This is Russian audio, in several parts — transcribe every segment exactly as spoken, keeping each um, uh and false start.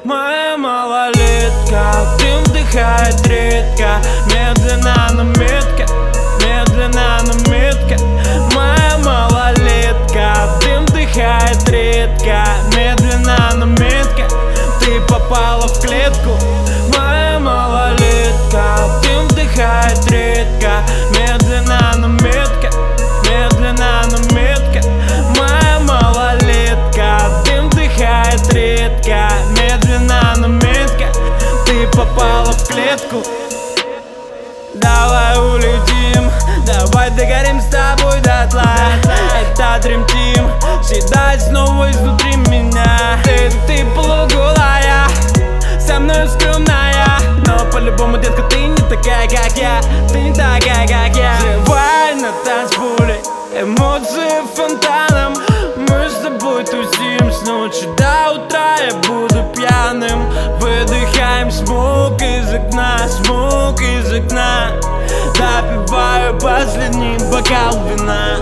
Моя малолетка, дым вдыхает редко, медленно, но метко, медленно, но метко. Моя малолетка, дым вдыхает редко, медленно, но метко. Ты попала в клетку. Моя малолетка, дым вдыхает редко, медленно, но метко, медленно, но метко. Моя малолетка, дым вдыхает редко, медленно, но метко. Ты попала в клетку. Давай улетим, давай догорим с тобой дотла. Это Dream Team, съедай снова изнутри меня. Ты, ты полуголая, со мной скромная, но по-любому, детка, ты не такая, как я. Ты не такая, как я. Взрывай на танцполе, эмоции фонтаном. Мы с тобой тусим с ночи до утра, я буду пьяным. Выдыхаем смог из окна, смог из окна. Допиваю последний бокал вина.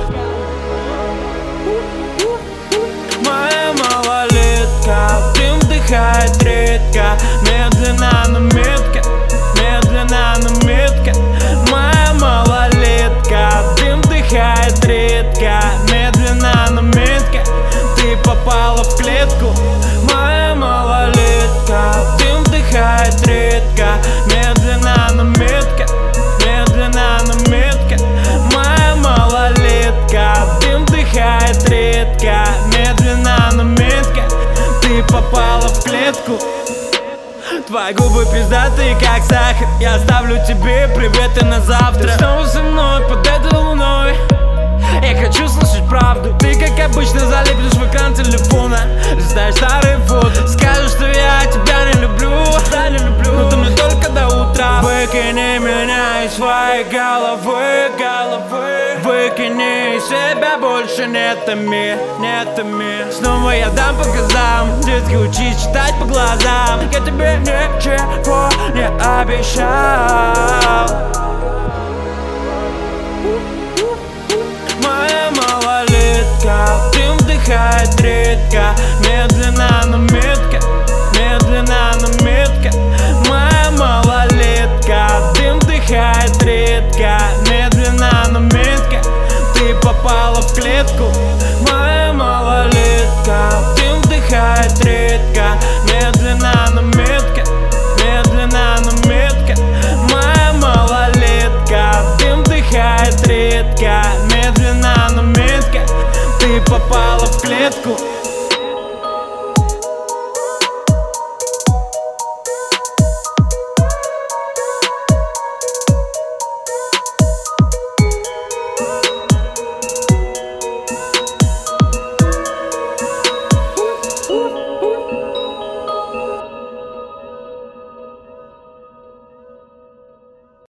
Моя малолетка, дым вдыхает редко, медленно, но метко, медленно, но метко. Моя малолетка, дым вдыхает редко, медленно, но метко. Ты попала в клетку. Моя малолетка, дым вдыхает редко, медленно, но метко, медленно, но метко. Моя малолетка, дым вдыхает редко, медленно, но метко. Ты попала в клетку. Твои губы пиздатые, как сахар. Я оставлю тебе приветы на завтра. Ты снова со мной под этой луной. Я хочу слышать правду. Ты, как обычно, залиплешь в экран телефона. Листаешь старые фото. Скажешь, что я тебя не люблю, да, не люблю. Но ты мне только до утра. Выкини меня из своей головы, головы. Выкини из себя, больше нет томи, нет томи. Снова я дам по газам. Детки, учись читать по глазам. Я тебе ничего не обещал. Моя малолетка, дым вдыхает редко, медленно, но метко, медленно, но метко. Моя малолетка, дым вдыхает редко, медленно, но метко. Ты попала в клетку. Моя малолетка, дым вдыхает редко, медленно, но метко, медленно, но метко. Моя малолетка, дым вдыхает редко, медленно, но метко. Ты попала в клетку.